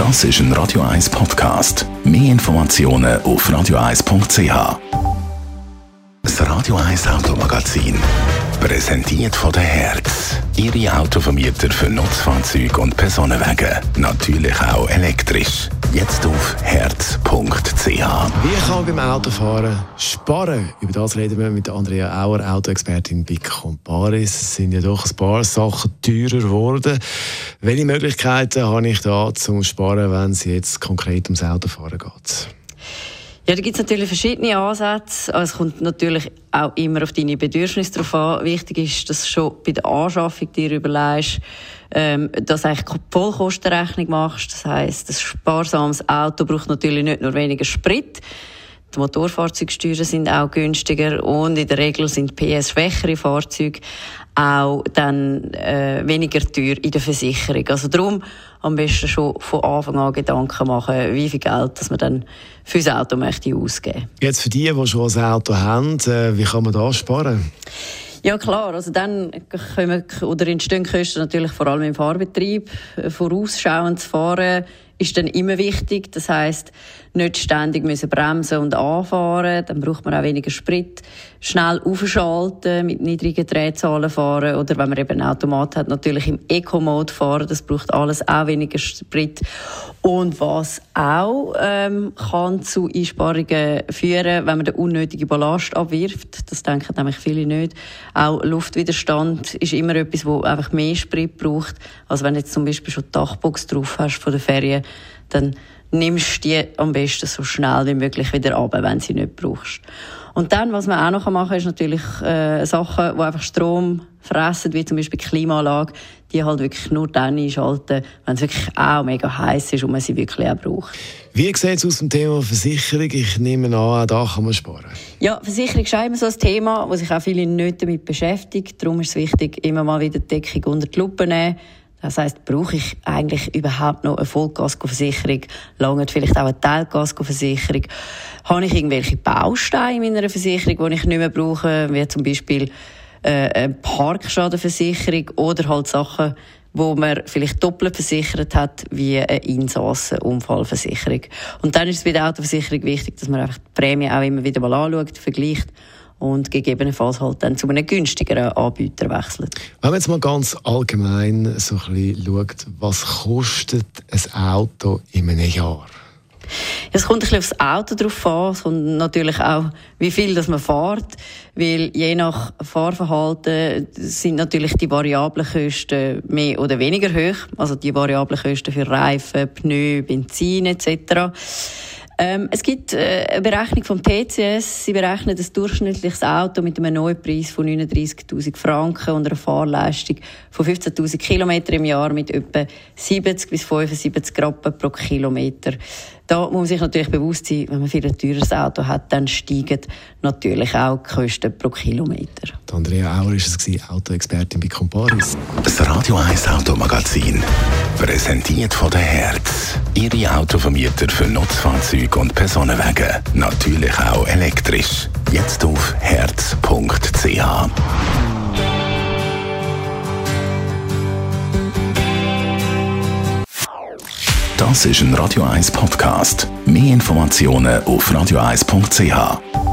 Das ist ein Radio 1 Podcast. Mehr Informationen auf radio1.ch. Das Radio 1 Automagazin. Präsentiert von der Hertz. Ihre Autovermieter für Nutzfahrzeuge und Personenwagen. Natürlich auch elektrisch. Jetzt auf hertz.ch. Wie kann man beim Autofahren sparen? Über das reden wir mit Andrea Auer, Autoexpertin bei Comparis. Es sind ja doch ein paar Sachen teurer geworden. Welche Möglichkeiten habe ich da zum Sparen, wenn es jetzt konkret ums Autofahren geht? Ja, da gibt es natürlich verschiedene Ansätze. Es kommt natürlich auch immer auf deine Bedürfnisse drauf an. Wichtig ist, dass du schon bei der Anschaffung dir überlegst, dass du eigentlich die Vollkostenrechnung machst. Das heisst, ein sparsames Auto braucht natürlich nicht nur weniger Sprit. Die Motorfahrzeugsteuern sind auch günstiger und in der Regel sind PS-schwächere Fahrzeuge auch dann weniger teuer in der Versicherung. Also darum am besten schon von Anfang an Gedanken machen, wie viel Geld dass man dann für das Auto möchte ausgeben. Jetzt für die schon ein Auto haben, wie kann man da sparen? Ja klar, also dann entstehen Kosten natürlich vor allem im Fahrbetrieb. Vorausschauend zu fahren ist dann immer wichtig. Das heisst, nicht ständig müssen bremsen und anfahren. Dann braucht man auch weniger Sprit. Schnell aufschalten, mit niedrigen Drehzahlen fahren. Oder wenn man eben einen Automat hat, natürlich im Eco-Mode fahren. Das braucht alles auch weniger Sprit. Und was auch kann zu Einsparungen führen, wenn man den unnötigen Ballast abwirft. Das denken nämlich viele nicht. Auch Luftwiderstand ist immer etwas, wo einfach mehr Sprit braucht. Also wenn du jetzt zum Beispiel schon die Dachbox drauf hast von der Ferien, dann nimmst du die am besten so schnell wie möglich wieder runter, wenn du sie nicht brauchst. Und dann, was man auch noch machen kann, ist natürlich Sachen, die einfach Strom fressen, wie zum Beispiel die Klimaanlage, die halt wirklich nur dann einschalten, wenn es wirklich auch mega heiß ist und man sie wirklich auch braucht. Wie sieht es aus dem Thema Versicherung? Ich nehme an, auch da kann man sparen. Ja, Versicherung ist auch immer so ein Thema, wo sich auch viele nicht damit beschäftigen. Darum ist es wichtig, immer mal wieder die Deckung unter die Lupe nehmen. Das heisst, brauche ich eigentlich überhaupt noch eine Vollkaskoversicherung? Lange vielleicht auch eine Teilkaskoversicherung? Habe ich irgendwelche Bausteine in meiner Versicherung, die ich nicht mehr brauche, wie zum Beispiel eine Parkschadenversicherung oder halt Sachen, wo man vielleicht doppelt versichert hat, wie eine Insassenunfallversicherung. Und dann ist es bei der Autoversicherung wichtig, dass man einfach die Prämie auch immer wieder mal anschaut, vergleicht und gegebenenfalls halt dann zu einem günstigeren Anbieter wechselt. Wenn man jetzt mal ganz allgemein so ein bisschen schaut, was kostet ein Auto in einem Jahr? Es kommt ein bisschen aufs Auto drauf an, es kommt natürlich auch, wie viel das man fährt, weil je nach Fahrverhalten sind natürlich die variablen Kosten mehr oder weniger hoch, also die variablen Kosten für Reifen, Pneu, Benzin etc. Es gibt eine Berechnung vom TCS. Sie berechnen ein durchschnittliches Auto mit einem Neupreis von 39'000 Franken und einer Fahrleistung von 15'000 Kilometer im Jahr mit etwa 70 bis 75 Rappen pro Kilometer. Da muss man sich natürlich bewusst sein, wenn man viel ein teures Auto hat, dann steigen natürlich auch die Kosten pro Kilometer. Die Andrea Auer war es, Autoexpertin bei Comparis. Das Radio 1 Automagazin. Präsentiert von der Hertz. Ihre Autovermieter für Nutzfahrzeuge und Personenwagen. Natürlich auch elektrisch. Jetzt auf hertz.ch. Das ist ein Radio 1 Podcast. Mehr Informationen auf radio1.ch.